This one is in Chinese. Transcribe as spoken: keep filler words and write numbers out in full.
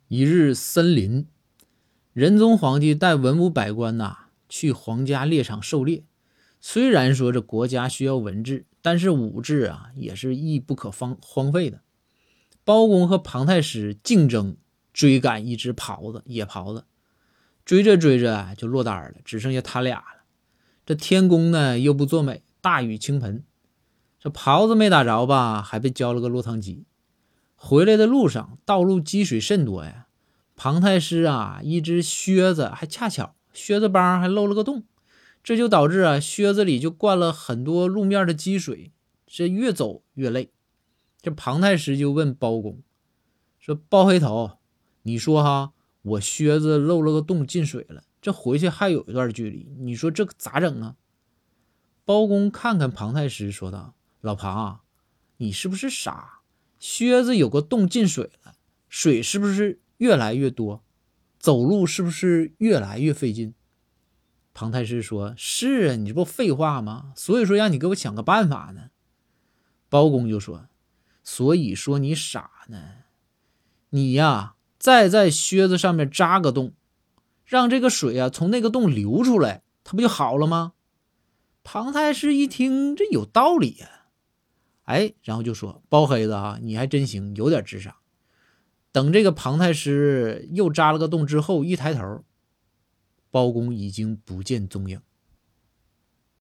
一日森林，仁宗皇帝带文武百官呐、啊、去皇家猎场狩猎。虽然说这国家需要文治，但是武治啊也是亦不可荒荒废的。包公和庞太师竞争追赶一只狍子，野狍子，追着追着啊就落单了，只剩下他俩了。这天公呢又不作美，大雨倾盆，这狍子没打着吧，还被浇了个落汤鸡。回来的路上，道路积水甚多呀。庞太师啊，一只靴子还恰巧靴子帮还漏了个洞，这就导致啊靴子里就灌了很多路面的积水，这越走越累。这庞太师就问包公说：“包黑头，你说哈，我靴子漏了个洞进水了，这回去还有一段距离，你说这咋整啊？”包公看看庞太师说道：“老庞啊，你是不是傻？靴子有个洞进水了，水是不是越来越多？走路是不是越来越费劲？”庞太师说：“是啊，你这不废话吗？所以说让你给我想个办法呢。”包公就说：“所以说你傻呢，你呀，再在靴子上面扎个洞，让这个水啊从那个洞流出来，它不就好了吗？”庞太师一听，这有道理呀、啊，哎，然后就说：“包黑子啊，你还真行，有点智商。”等这个庞太师又扎了个洞之后，一抬头，包公已经不见踪影。